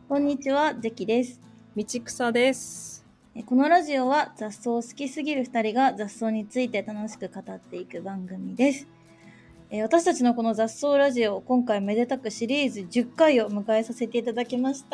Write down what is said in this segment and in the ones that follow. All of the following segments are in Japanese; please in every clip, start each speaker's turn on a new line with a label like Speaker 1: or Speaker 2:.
Speaker 1: こんにちは、ゼキです。
Speaker 2: 道草です。
Speaker 1: このラジオは雑草好きすぎる2人が雑草について楽しく語っていく番組です。私たちのこの雑草ラジオ、今回めでたくシリーズ10回を迎えさせていただきました。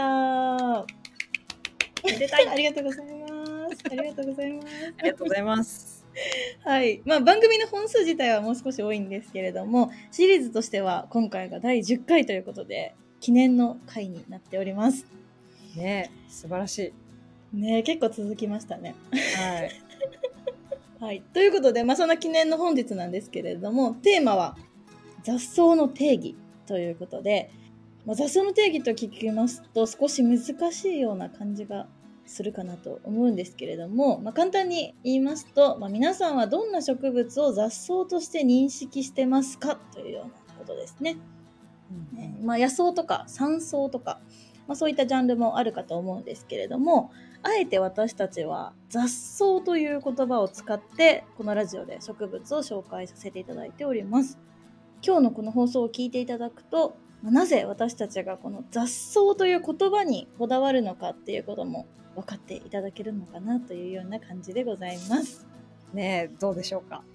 Speaker 1: めでたい。ありがとうございます。ありがとうございます。
Speaker 2: ありがとうございます。
Speaker 1: はい。番組の本数自体はもう少し多いんですけれども、シリーズとしては今回が第10回ということで、記念の回になっております。
Speaker 2: ねえ、素晴らし
Speaker 1: い。ねえ、結構続きましたね。
Speaker 2: はい。
Speaker 1: はい。ということで、その記念の本日なんですけれども、テーマは雑草の定義ということで、雑草の定義と聞きますと少し難しいような感じがするかなと思うんですけれども、簡単に言いますと、皆さんはどんな植物を雑草として認識してますかというようなことですね。野草とか山草とか、そういったジャンルもあるかと思うんですけれども、あえて私たちは雑草という言葉を使ってこのラジオで植物を紹介させていただいております。今日のこの放送を聞いていただくと、なぜ私たちがこの雑草という言葉にこだわるのかっていうことも分かっていただけるのかなというような感じでございます。
Speaker 2: ねえ、どうでしょうか。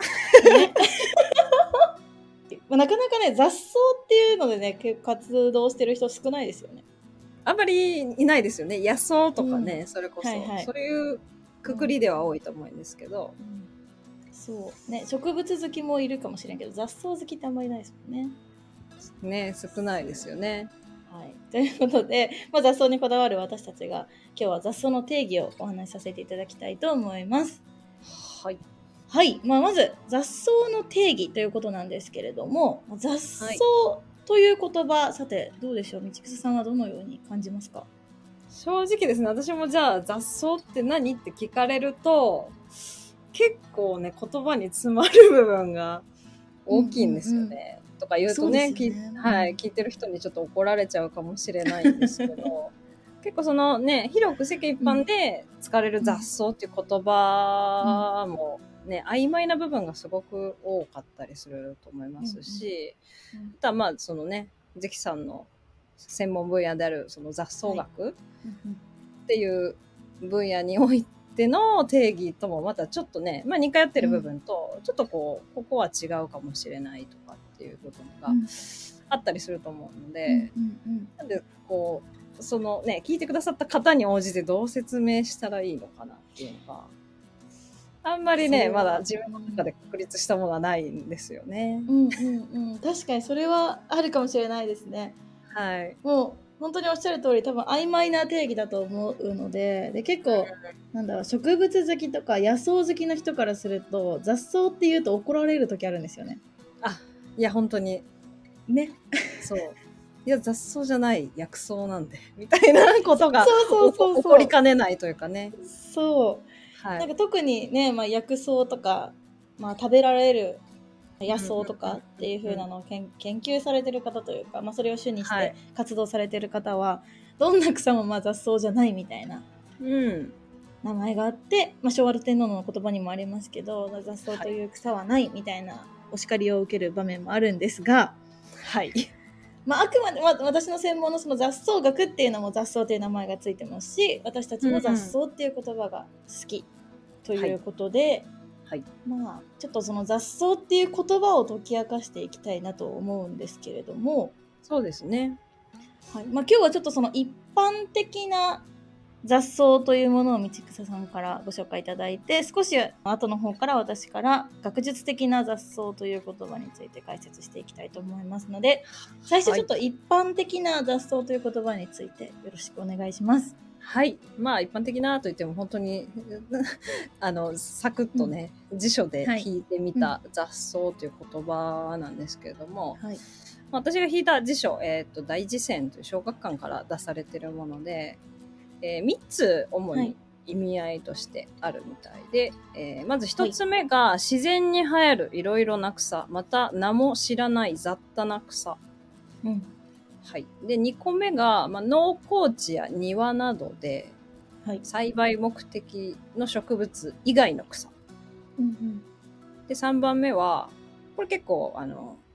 Speaker 1: なかなかね、雑草っていうのでね、活動してる人少ないですよね。
Speaker 2: あんまりいないですよね。野草とかね、それこそ、
Speaker 1: はいはい、
Speaker 2: そういうくくりでは多いと思うんですけど、
Speaker 1: そうね、植物好きもいるかもしれんけど、雑草好きってあんまりないですもんね。
Speaker 2: ね、少ないですよね。
Speaker 1: はい、ということで、雑草にこだわる私たちが今日は雑草の定義をお話しさせていただきたいと思います。
Speaker 2: はい。
Speaker 1: はい。まず雑草の定義ということなんですけれども、雑草という言葉、さてどうでしょう、道草さんはどのように感じますか？
Speaker 2: 正直ですね、私もじゃあ雑草って何って聞かれると、結構ね、言葉に詰まる部分が大きいんですよね。とか言うとね、聞いてる人にちょっと怒られちゃうかもしれないんですけど、結構そのね、広く世間一般で使われる雑草っていう言葉もね、曖昧な部分がすごく多かったりすると思いますし、あとはそのね、ゼキさんの専門分野であるその雑草学っていう分野においての定義ともまたちょっとね、似通ってる部分と、ちょっとここは違うかもしれないとかっていう部分があったりすると思うので、なんでそのね、聞いてくださった方に応じてどう説明したらいいのかなっていうのが、あんまりね、まだ自分の中で確立したものはないんですよね。
Speaker 1: 確かにそれはあるかもしれないですね。
Speaker 2: はい。
Speaker 1: もう本当におっしゃる通り、多分曖昧な定義だと思うので、結構植物好きとか野草好きの人からすると雑草って言うと怒られる時あるんですよね。
Speaker 2: いや本当に
Speaker 1: ね。
Speaker 2: そう。いや雑草じゃない薬草なんでみたいなことが起こりかねないというかね。
Speaker 1: そう。はい、特にね、薬草とか、食べられる野草とかっていう風なのを研究されてる方というか、それを主にして活動されてる方は、どんな草も雑草じゃないみたいな名前があって、昭和天皇の言葉にもありますけど、雑草という草はないみたいなお叱りを受ける場面もあるんですが、
Speaker 2: はい。
Speaker 1: あくまで、私の専門のその雑草学っていうのも雑草という名前がついてますし、私たちも雑草っていう言葉が好きということで、ちょっとその雑草っていう言葉を解き明かしていきたいなと思うんですけれども。
Speaker 2: そうですね。
Speaker 1: はい。今日はちょっとその一般的な雑草というものを道草さんからご紹介いただいて、少し後の方から私から学術的な雑草という言葉について解説していきたいと思いますので、最初ちょっと一般的な雑草という言葉についてよろしくお願いします。
Speaker 2: はい。一般的なといっても本当にサクッとね、辞書で引いてみた雑草という言葉なんですけれども、私が引いた辞書、大辞典という小学館から出されているもので、3つ主に意味合いとしてあるみたいで、まず1つ目が自然に生えるいろいろな草、また名も知らない雑多な草。はい。で、2個目が、農耕地や庭などで、栽培目的の植物以外の草。で、3番目は、これ結構、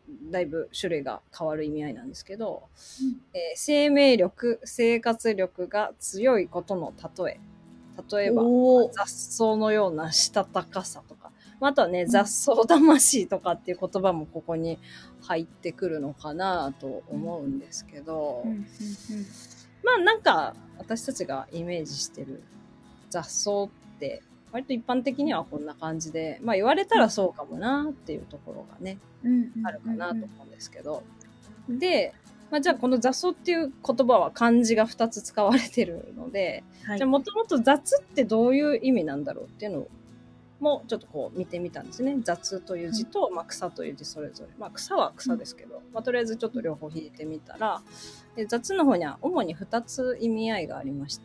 Speaker 2: だいぶ種類が変わる意味合いなんですけど、生命力、生活力が強いことの例え。例えば、雑草のようなしたたかさとか、あとはね、雑草魂とかっていう言葉もここに入ってくるのかなと思うんですけど、まあなんか私たちがイメージしてる雑草って割と一般的にはこんな感じで、まあ言われたらそうかもなっていうところがね、あるかなと思うんですけど。で、まあ、じゃあこの雑草っていう言葉は漢字が2つ使われてるので、じゃあもともと雑ってどういう意味なんだろうっていうのもちょっとこう見てみたんですね。雑という字と、まあ、草という字それぞれ。まあ草は草ですけど、まあ、とりあえずちょっと両方引いてみたら、雑の方には主に2つ意味合いがありまして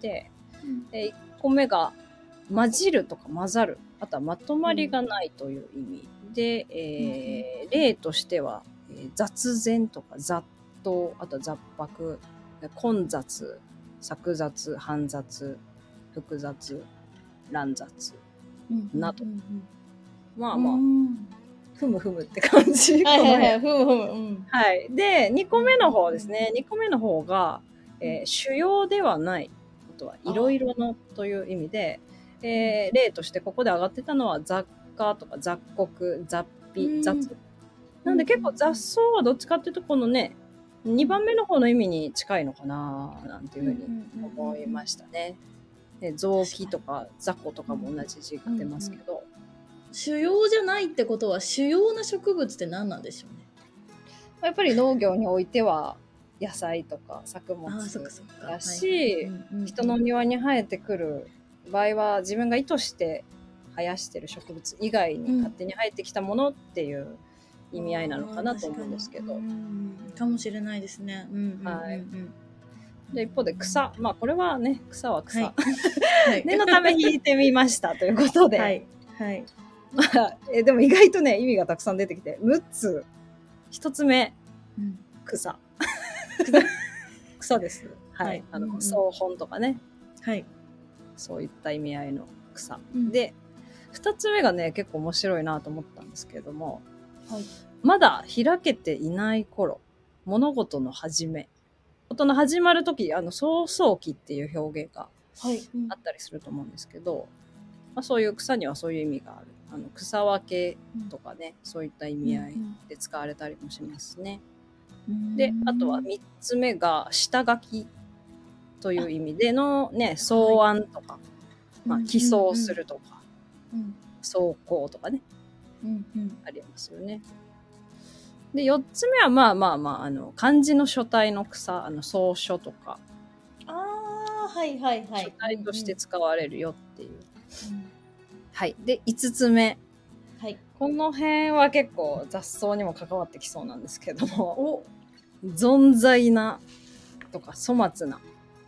Speaker 2: 、1個目が混じるとか混ざる、あとはまとまりがないという意味で、例としては、雑然とか雑と、あと雑白、混雑、錯雑、煩雑、複雑、乱雑など、まあまあ、ふむふむって感じ。
Speaker 1: はいはいはい、ふむふむ。
Speaker 2: はい。で、2個目の方ですね。2個目の方が、主要ではない、あとはいろいろのという意味で、例としてここで上がってたのは雑貨とか雑穀、雑費、雑。なんで結構雑草はどっちかっていうとこのね、2番目の方の意味に近いのかななんていうふうに思いましたね。雑木とか雑魚とかも同じ字が出ますけど。
Speaker 1: 主要じゃないってことは主要な植物って何なんでしょうね。
Speaker 2: やっぱり農業においては野菜とか作物だし、人の庭に生えてくる場合は自分が意図して生やしてる植物以外に勝手に生えてきたものっていう意味合いなのかなと思うんですけど。
Speaker 1: かもしれないですね。
Speaker 2: はい。で一方で草、まあこれはね、草は草。念のため引いてみましたということで。はい。はい。まあ、でも意外とね、意味がたくさん出てきて、6つ。1つ目、草。草です。はい。草本とかね。はい。そういった意味合いの草。で、2つ目がね、結構面白いなと思ったんですけれども、まだ開けていない頃、物事の始め。ことの始まるとき、草創期っていう表現があったりすると思うんですけど、まあ、そういう草にはそういう意味がある。草分けとかね、そういった意味合いで使われたりもしますね。で、あとは3つ目が下書きという意味でのね、草案とか、まあ、起草するとか、草稿とかね、ありますよね。で、4つ目はまあまあまあ、漢字の書体の草、草書とか。
Speaker 1: はいはいはい。
Speaker 2: 書体として使われるよっていう。はい。で、5つ目。はい。この辺は結構雑草にも関わってきそうなんですけども。存在なとか粗末な。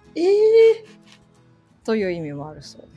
Speaker 2: という意味もあるそうです。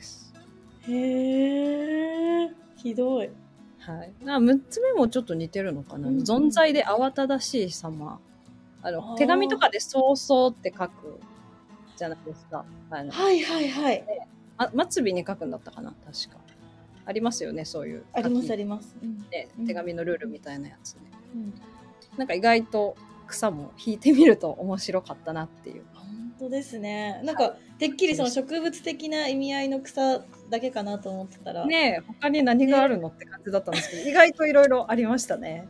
Speaker 1: へー。ひどい。
Speaker 2: はい。6つ目もちょっと似てるのかな。存在で慌ただしい様。手紙とかで早々って書くじゃないですか。
Speaker 1: はいはいはい。
Speaker 2: 末尾に書くんだったかな、確か。ありますよね、そういう。
Speaker 1: ありますあります。
Speaker 2: 手紙のルールみたいなやつね。なんか意外と草も引いてみると面白かったなっていう。
Speaker 1: 本当ですね。なんか、てっきりその植物的な意味合いの草だけかなと思ってたら。
Speaker 2: ねえ、他に何があるのって感じだったんですけど、意外といろいろありましたね。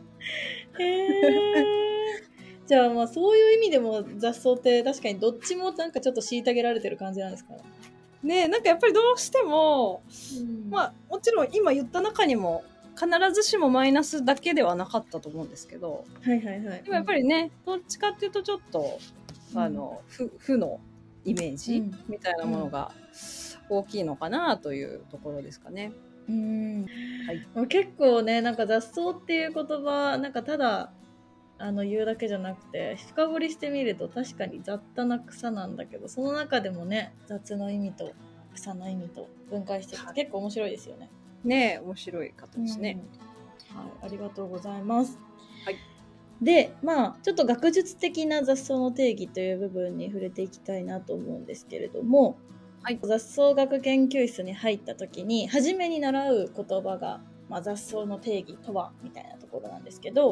Speaker 1: じゃあまあそういう意味でも雑草って確かにどっちもなんかちょっと虐げられてる感じなんですか
Speaker 2: ね。え、なんかやっぱりどうしても、まあもちろん今言った中にも必ずしもマイナスだけではなかったと思うんですけど、でもやっぱりね、どっちかっていうとちょっと負のイメージみたいなものが大きいのかなというところですかね。
Speaker 1: はい、結構ね、なんか雑草っていう言葉なんかただ言うだけじゃなくて深掘りしてみると確かに雑多な草なんだけど、その中でもね、雑の意味と草の意味と分解していくと結構面白いですよね。
Speaker 2: ねえ、面白い方ですね。
Speaker 1: はい、ありがとうございます。はい。で、まあちょっと学術的な雑草の定義という部分に触れていきたいなと思うんですけれども、はい、雑草学研究室に入った時に初めに習う言葉が、まあ、雑草の定義とはみたいなところなんですけど、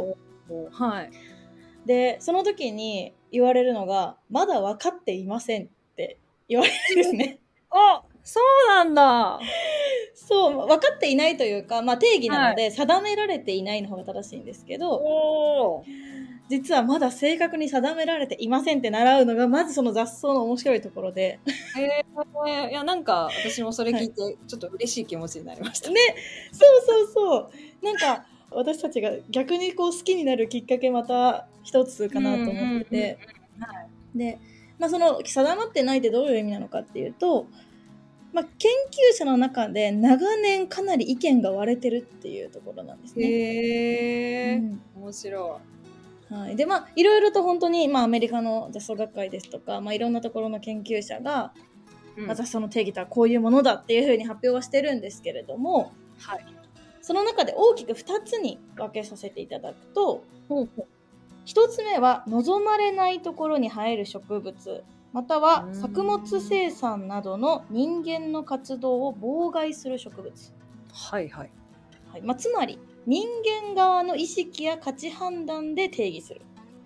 Speaker 2: はい。
Speaker 1: で、その時に言われるのが、まだ分かっていませんって言われるんですね。
Speaker 2: あ、そうなんだ。
Speaker 1: そう、分かっていないというか、まあ定義なので、定められていないの方が正しいんですけど、
Speaker 2: おー。
Speaker 1: 実はまだ正確に定められていませんって習うのが、まずその雑草の面白いところで。
Speaker 2: いや、なんか、私もそれ聞いて、ちょっと嬉しい気持ちになりました。
Speaker 1: ね、そうそうそう。なんか、私たちが逆にこう好きになるきっかけまた一つかなと思ってて。で、まあその定まってないってどういう意味なのかっていうと、まあ研究者の中で長年かなり意見が割れてるっていうところなんですね。
Speaker 2: へー、面白い。
Speaker 1: はい、でまあいろいろと本当に、まあ、アメリカの雑草学会ですとか、まあ、いろんなところの研究者が、まあ、雑草の定義とはこういうものだっていうふうに発表はしてるんですけれども、
Speaker 2: はい、
Speaker 1: その中で大きく2つに分けさせていただくと、1つ目は望まれないところに生える植物、または作物生産などの人間の活動を妨害する植物。
Speaker 2: はいはい。
Speaker 1: はい、まあ、つまり人間側の意識や価値判断で定義する。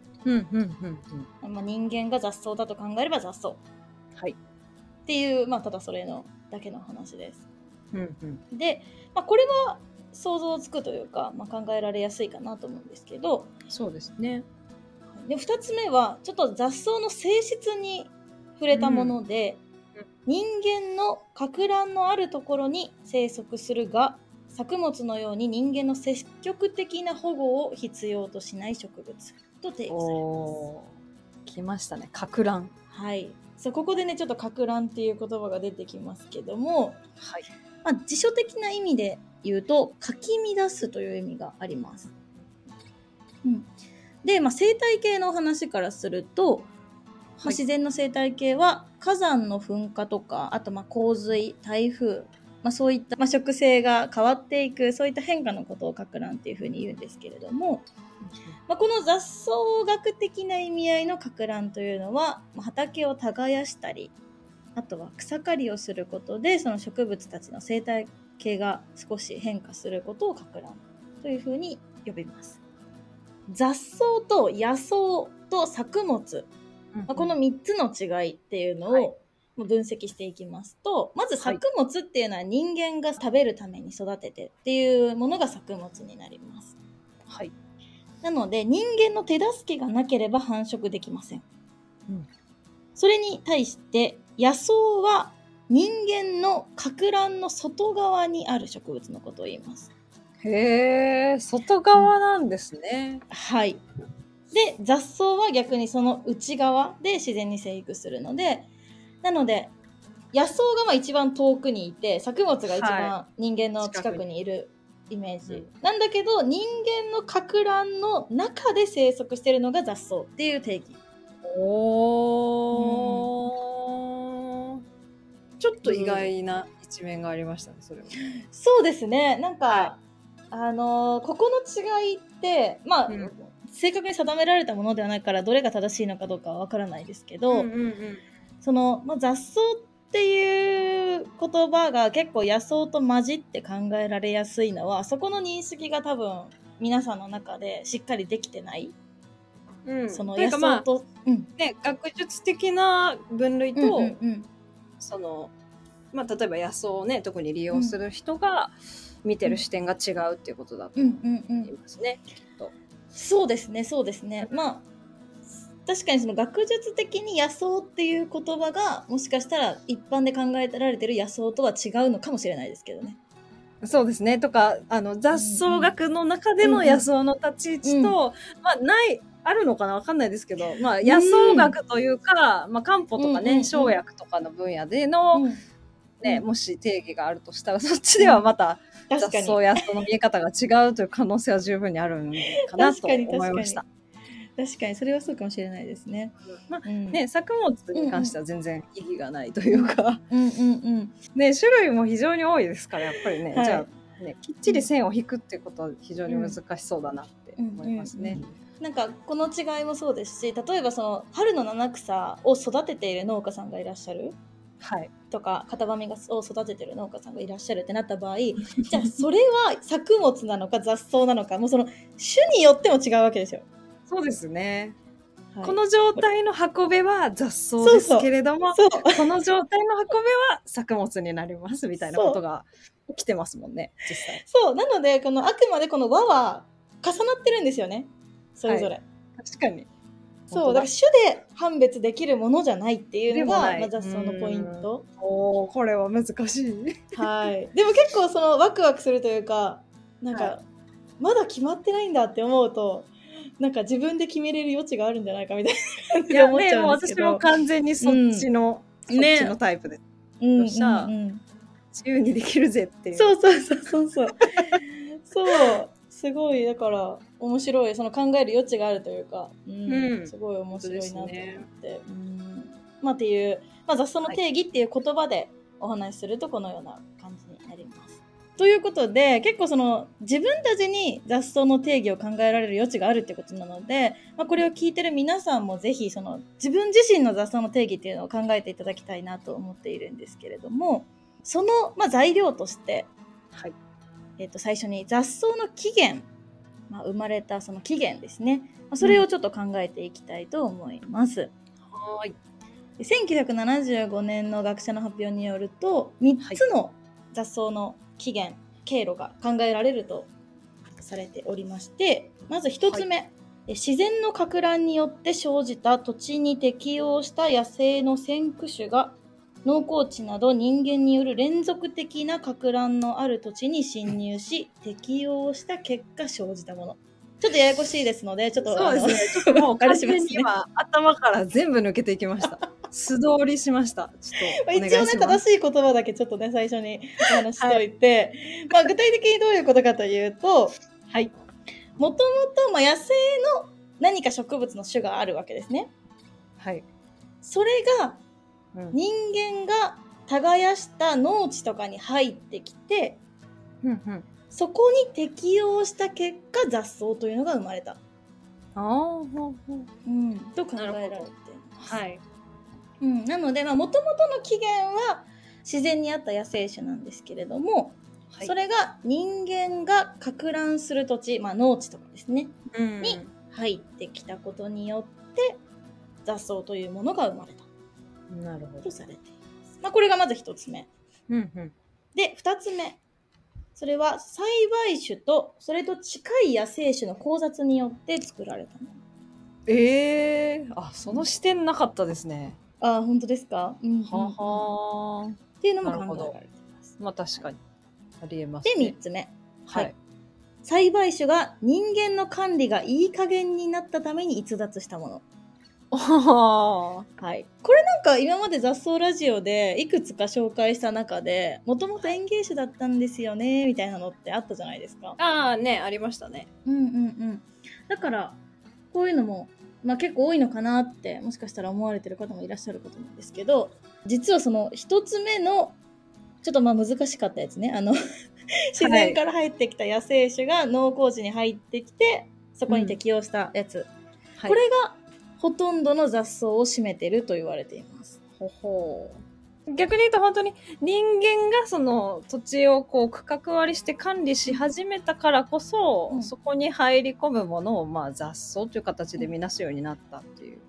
Speaker 1: まあ、人間が雑草だと考えれば雑草。
Speaker 2: はい。
Speaker 1: っていう、まあ、ただそれのだけの話です。で、まあ、これは想像つくというか、まあ、考えられやすいかなと思うんですけど、
Speaker 2: そうですね。
Speaker 1: で2つ目はちょっと雑草の性質に触れたもので、人間のか乱のあるところに生息するが、作物のように人間の積極的な保護を必要としない植物と定義されます。
Speaker 2: 来ましたね、か乱。
Speaker 1: はい。そう、ここでねちょっとか乱っていう言葉が出てきますけども、
Speaker 2: はい。
Speaker 1: まあ、辞書的な意味で言うとかき乱すという意味があります。で、まあ、生態系の話からすると、まあ、自然の生態系は火山の噴火とか、あとまあ洪水、台風、まあ、そういった、まあ、植生が変わっていく、そういった変化のことをか乱っていうふうに言うんですけれども、まあ、この雑草学的な意味合いのか乱というのは、まあ、畑を耕したり、あとは草刈りをすることでその植物たちの生態系が少し変化することをか乱というふうに呼びます。雑草と野草と作物、まあ、この3つの違いっていうのを分析していきますと、まず作物っていうのは人間が食べるために育ててっていうものが作物になります。
Speaker 2: はい。
Speaker 1: なので人間の手助けがなければ繁殖できません。それに対して野草は人間のか乱の外側にある植物のことを言います。
Speaker 2: へー、外側なんですね。
Speaker 1: はい。で、雑草は逆にその内側で自然に生育するので、なので野草がまあ一番遠くにいて、作物が一番人間の近くにいるイメージ、なんだけど、人間のか乱の中で生息しているのが雑草っていう定義。
Speaker 2: ちょっと意外な一面がありましたね、それも。
Speaker 1: そうですね。なんか、ここの違いって、まあ、正確に定められたものではないからどれが正しいのかどうかはわからないですけど、その、まあ、雑草っていう言葉が結構野草と混じって考えられやすいのは、そこの認識が多分皆さんの中でしっかりできてない。その野草と、
Speaker 2: ね、学術的な分類と、その、まあ、例えば野草をね特に利用する人が見てる視点が違うっていうことだと思いますね。
Speaker 1: そうですね、そうですね。まあ確かにその学術的に野草っていう言葉がもしかしたら一般で考えられてる野草とは違うのかもしれないですけどね。
Speaker 2: そうですね。とか雑草学の中での野草の立ち位置と、まああるのかなわかんないですけど、まあ野草学というか、まあ漢方とかね、生薬とかの分野での、ね、もし定義があるとしたら、そっちではまた雑草やその見え方が違うという可能性は十分にあるんかなと思いました。
Speaker 1: 確かにそれはそうかもしれないですね。
Speaker 2: まあね、作物に関しては全然意義がないというか、ね、種類も非常に多いですからやっぱりね、じゃあね、きっちり線を引くっていうことは非常に難しそうだなって思いますね。
Speaker 1: なんかこの違いもそうですし、例えばその春の七草を育てている農家さんがいらっしゃる。
Speaker 2: はい。
Speaker 1: とか片ばみを育ててる農家さんがいらっしゃるってなった場合じゃあそれは作物なのか雑草なのかもうその種によっても違うわけですよ。
Speaker 2: そうですね。
Speaker 1: はい、
Speaker 2: この状態の運べは雑草ですけれども、
Speaker 1: そう
Speaker 2: この状態の運べは作物になりますみたいなことが起きてますもんね、実際。
Speaker 1: そうなのであくまでこの輪は重なってるんですよね、それぞれ。
Speaker 2: はい、確かに。
Speaker 1: そうだから種で判別できるものじゃないっていうのが、雑草のポイント。
Speaker 2: おー、これは難しい。
Speaker 1: はい。でも結構そのワクワクするというか、なんか、
Speaker 2: はい、
Speaker 1: まだ決まってないんだって思うと、なんか自分で決めれる余地があるんじゃないかみたいな感じで思っちゃうんですけど。
Speaker 2: 私も完全にそっちのタイプで。よっしゃ、自由にできるぜっていう。
Speaker 1: そう。そう。すごい、だから、面白い、その考える余地があるというか、すごい面白いなと思って。まあっていう、雑草の定義っていう言葉でお話しするとこのような感じになります。ということで、結構その自分たちに雑草の定義を考えられる余地があるってことなので、これを聞いてる皆さんもぜひその自分自身の雑草の定義っていうのを考えていただきたいなと思っているんですけれども、その、材料として、
Speaker 2: はい、
Speaker 1: 最初に雑草の起源、生まれたその起源ですね、それをちょっと考えていきたいと思います。
Speaker 2: はい。
Speaker 1: 1975年の学者の発表によると3つの雑草の起源、経路が考えられるとされておりまして、まず1つ目、自然の撹乱によって生じた土地に適応した野生の先駆種が農耕地など人間による連続的な撹乱のある土地に侵入し適応した結果生じたもの。ちょっとややこしいですので、ちょっと
Speaker 2: そうですね。ちょっともう完全に今、頭から全部抜けていきました。素通りしました。ちょっと
Speaker 1: 一応ね、正しい言葉だけちょっとね、最初にお話ししておいて、具体的にどういうことかというと、
Speaker 2: はい。
Speaker 1: もともと野生の何か植物の種があるわけですね。
Speaker 2: はい。
Speaker 1: それが、人間が耕した農地とかに入ってきて、そこに適応した結果雑草というのが生まれた。と考えられています。
Speaker 2: はい。
Speaker 1: なので、もともとの起源は自然にあった野生種なんですけれども、それが人間が撹乱する土地、農地とかですね、に入ってきたことによって雑草というものが生まれた。
Speaker 2: なるほど。
Speaker 1: とされています。これがまず一つ目。で、二つ目。それは栽培種とそれと近い野生種の交雑によって作られたも
Speaker 2: の。その視点なかったですね。
Speaker 1: 本当ですか？っていうのも考えられています。
Speaker 2: 確かに。ありえますね。
Speaker 1: で、三つ目。はい。栽培種が人間の管理がいい加減になったために逸脱したもの。はい。これなんか今まで雑草ラジオでいくつか紹介した中で、もともと園芸種だったんですよね、みたいなのってあったじゃないですか。
Speaker 2: ありましたね。
Speaker 1: だから、こういうのも、結構多いのかなって、もしかしたら思われてる方もいらっしゃるかと思うんですけど、実はその一つ目の、ちょっと難しかったやつね。自然から入ってきた野生種が農耕地に入ってきて、そこに適応したやつ。これが、ほとんどの雑草を占めてると言われています。
Speaker 2: 逆に言うと本当に人間がその土地を区画割りして管理し始めたからこそ、そこに入り込むものを雑草という形で見なすようになったっていう、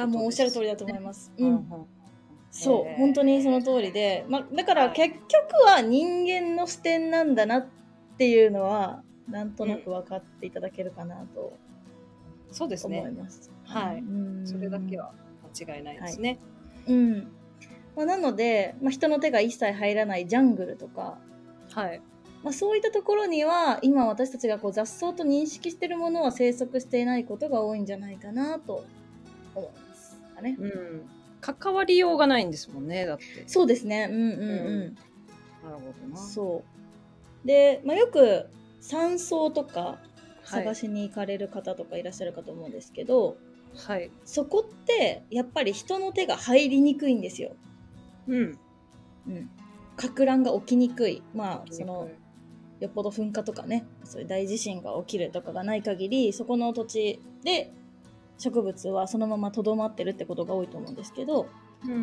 Speaker 1: もうおっしゃる通りだと思います。そう、本当にその通りで、だから結局は人間の視点なんだなっていうのはなんとなく分かっていただけるかなと。
Speaker 2: そうですね。
Speaker 1: 思います。
Speaker 2: はい。それだけは間違いないですね。
Speaker 1: なので、人の手が一切入らないジャングルとか、そういったところには今私たちが雑草と認識しているものは生息していないことが多いんじゃないかなと思いますかね。
Speaker 2: 関わりようがないんですもんね、だって。
Speaker 1: そうですね。なるほどな。そう。で、よく山草とか探しに行かれる方とかいらっしゃるかと思うんですけど、そこってやっぱり人の手が入りにくいんですよ。撹乱が起きにくい。そのよっぽど噴火とかね、そういう大地震が起きるとかがない限り、そこの土地で植物はそのままとどまってるってことが多いと思うんですけど、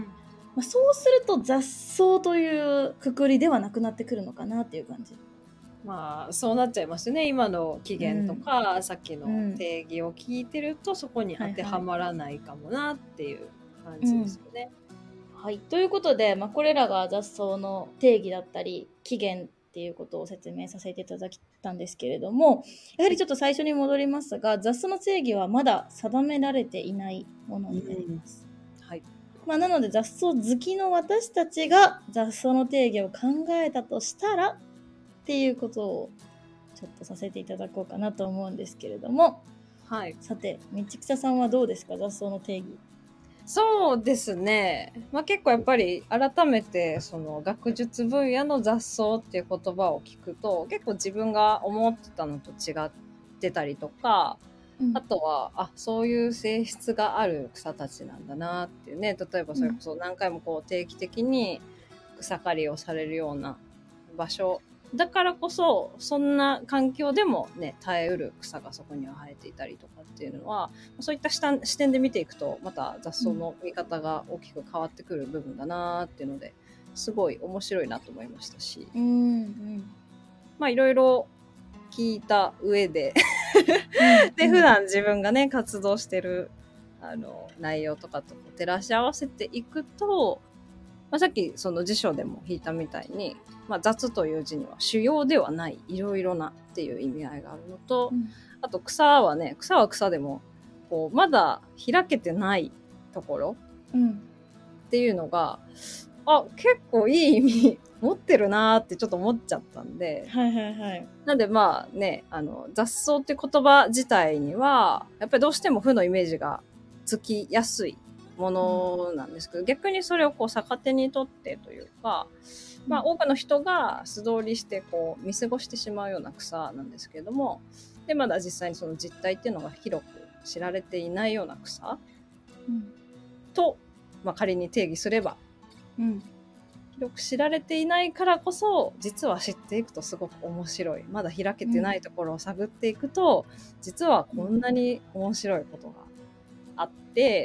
Speaker 1: そうすると雑草というくくりではなくなってくるのかなっていう感じ。
Speaker 2: まあそうなっちゃいますね。今の起源とか、さっきの定義を聞いてると、そこに当てはまらないかもなっていう感じですよね。
Speaker 1: はい、ということで、これらが雑草の定義だったり起源っていうことを説明させていただいたんですけれども、やはりちょっと最初に戻りますが、雑草の定義はまだ定められていないものになります。
Speaker 2: はい。
Speaker 1: なので雑草好きの私たちが雑草の定義を考えたとしたらっていうことをちょっとさせていただこうかなと思うんですけれども、
Speaker 2: はい。
Speaker 1: さて道草さんはどうですか、雑草の定義。
Speaker 2: そうですね。結構やっぱり改めてその学術分野の雑草っていう言葉を聞くと、結構自分が思ってたのと違ってたりとか、あとはそういう性質がある草たちなんだなっていうね。例えばそれこそ何回も定期的に草刈りをされるような場所だからこそ、そんな環境でもね、耐えうる草がそこには生えていたりとかっていうのは、そういった視点で見ていくと、また雑草の見方が大きく変わってくる部分だなっていうので、すごい面白いなと思いましたし、いろいろ聞いた上でで、普段自分がね、活動してる内容とかと照らし合わせていくと、さっきその辞書でも引いたみたいに、雑という字には主要ではないいろいろなっていう意味合いがあるのと、あと草は草でもまだ開けてないところっていうのが、結構いい意味持ってるなーってちょっと思っちゃったんで、なんで雑草っていう言葉自体にはやっぱりどうしても負のイメージがつきやすいものなんですけど、逆にそれを逆手にとってというか、多くの人が素通りして見過ごしてしまうような草なんですけれども、でまだ実際にその実態っていうのが広く知られていないような草、と、仮に定義すれば、広く知られていないからこそ、実は知っていくとすごく面白い、まだ開けてないところを探っていくと、実はこんなに面白いことがあって、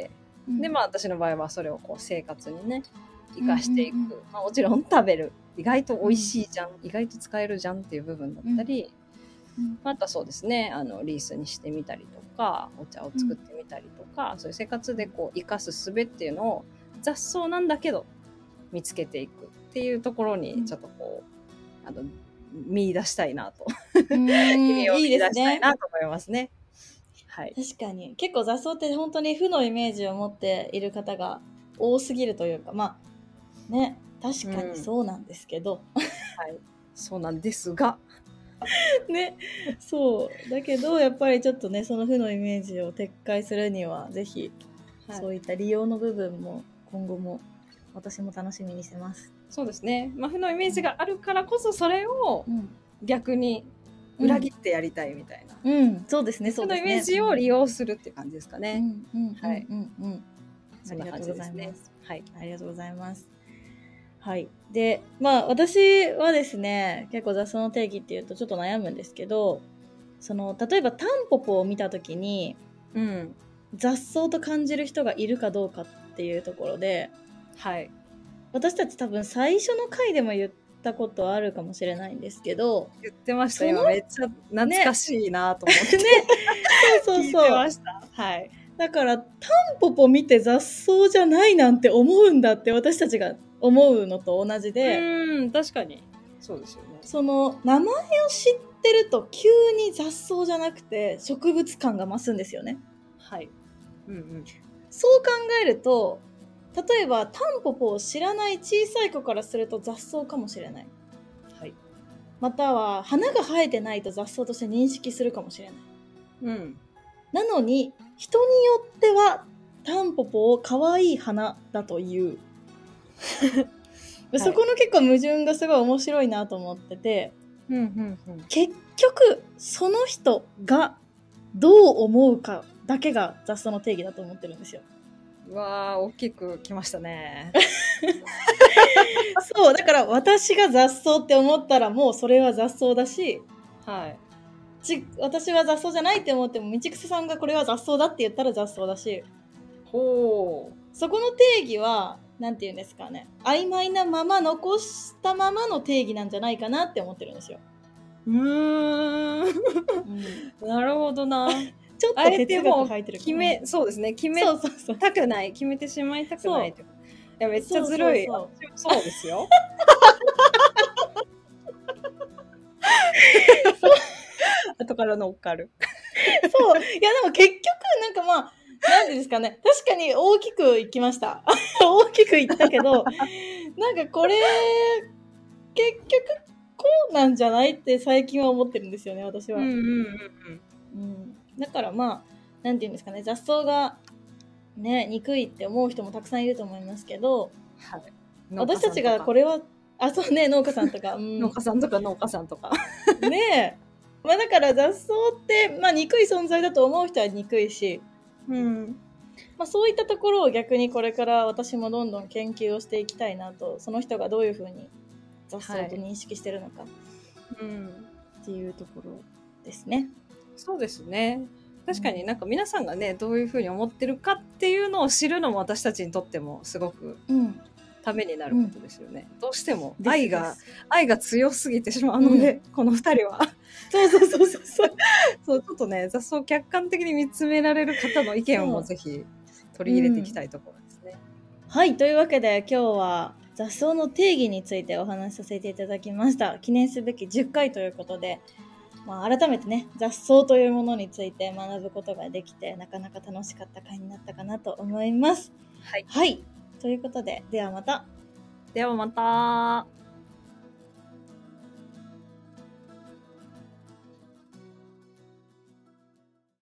Speaker 2: で私の場合はそれを生活にね生かしていく、もちろん食べる、意外と美味しいじゃん、意外と使えるじゃんっていう部分だったり、あとはそうですね、リースにしてみたりとか、お茶を作ってみたりとか、そういう生活で生かす術っていうのを雑草なんだけど見つけていくっていうところにちょっと見出したいなと意味を見出したいなと思いますね。はい、
Speaker 1: 確かに結構雑草って本当に負のイメージを持っている方が多すぎるというか、確かにそうなんですけど、
Speaker 2: はい、そうなんですが
Speaker 1: ね、そうだけどやっぱりちょっとね、その負のイメージを撤回するにはぜひ、そういった利用の部分も今後も私も楽しみにしてます。
Speaker 2: そうですね、負のイメージがあるからこそそれを逆に裏切ってやりたいみたいな、
Speaker 1: そうですね、
Speaker 2: 負のイメージを利用するっていう感じですかね。
Speaker 1: はい、ありがとうございます。
Speaker 2: はい、
Speaker 1: ありがとうございます。はい。で、私はですね、結構雑草の定義っていうとちょっと悩むんですけど、例えばタンポポを見たときに、雑草と感じる人がいるかどうかっていうところで、私たち多分最初の回でも言ったことあるかもしれないんですけど、
Speaker 2: 言ってました。今めっちゃ懐かしいなと思って、
Speaker 1: そう
Speaker 2: 聞いてました。はい。
Speaker 1: だからタンポポ見て雑草じゃないなんて思うんだって私たちが思うのと同じで、
Speaker 2: 確かにそうですよね。
Speaker 1: その名前を知ってると急に雑草じゃなくて植物感が増すんですよね。
Speaker 2: はい。
Speaker 1: そう考えると、例えばタンポポを知らない小さい子からすると雑草かもしれない。
Speaker 2: はい。
Speaker 1: または花が生えてないと雑草として認識するかもしれない。なのに人によってはタンポポを可愛い花だというそこの結構矛盾がすごい面白いなと思ってて、結局その人がどう思うかだけが雑草の定義だと思ってるんですよ。
Speaker 2: うわー、大きくきましたね。
Speaker 1: そうだから私が雑草って思ったらもうそれは雑草だし、私は雑草じゃないって思っても道草さんがこれは雑草だって言ったら雑草だし、そこの定義はなんていうんですかね、曖昧なまま残したままの定義なんじゃないかなって思ってるんですよ。
Speaker 2: なるほどな。
Speaker 1: ちょっと哲学入ってる
Speaker 2: そうですね。決め
Speaker 1: そうそうそう
Speaker 2: たくない。決めてしまいたくない。いや、めっちゃずるい。そうですよ。後から乗っかる。
Speaker 1: そう。いや、でも結局、なんかまあ、なんていうんですかね。確かに大きくいきました。大きくいったけど、なんかこれ、結局、こうなんじゃないって最近は思ってるんですよね、私は。だからまあ、なんていうんですかね。雑草が、ね、憎いって思う人もたくさんいると思いますけど、
Speaker 2: はい、
Speaker 1: 私たちがこれは、そうね、農家さんとか。
Speaker 2: 農家さんとか。
Speaker 1: ねえ。まあだから雑草って、まあ憎い存在だと思う人は憎いし、まあそういったところを逆にこれから私もどんどん研究をしていきたいなと、その人がどういうふうに雑草と認識してるのか、っていうところですね。
Speaker 2: そうですね。確かになんか皆さんがね、どういうふうに思ってるかっていうのを知るのも私たちにとってもすごくためになることですよね。どうしても愛が強すぎてしまうので、この2人は。
Speaker 1: そう
Speaker 2: ちょっとね、雑草を客観的に見つめられる方の意見もぜひ取り入れていきたいところですね。
Speaker 1: はい、というわけで今日は雑草の定義についてお話しさせていただきました。記念すべき10回ということで、まあ、改めてね、雑草というものについて学ぶことができて、なかなか楽しかった回になったかなと思います。はい。ということで、ではまた。
Speaker 2: ではまた。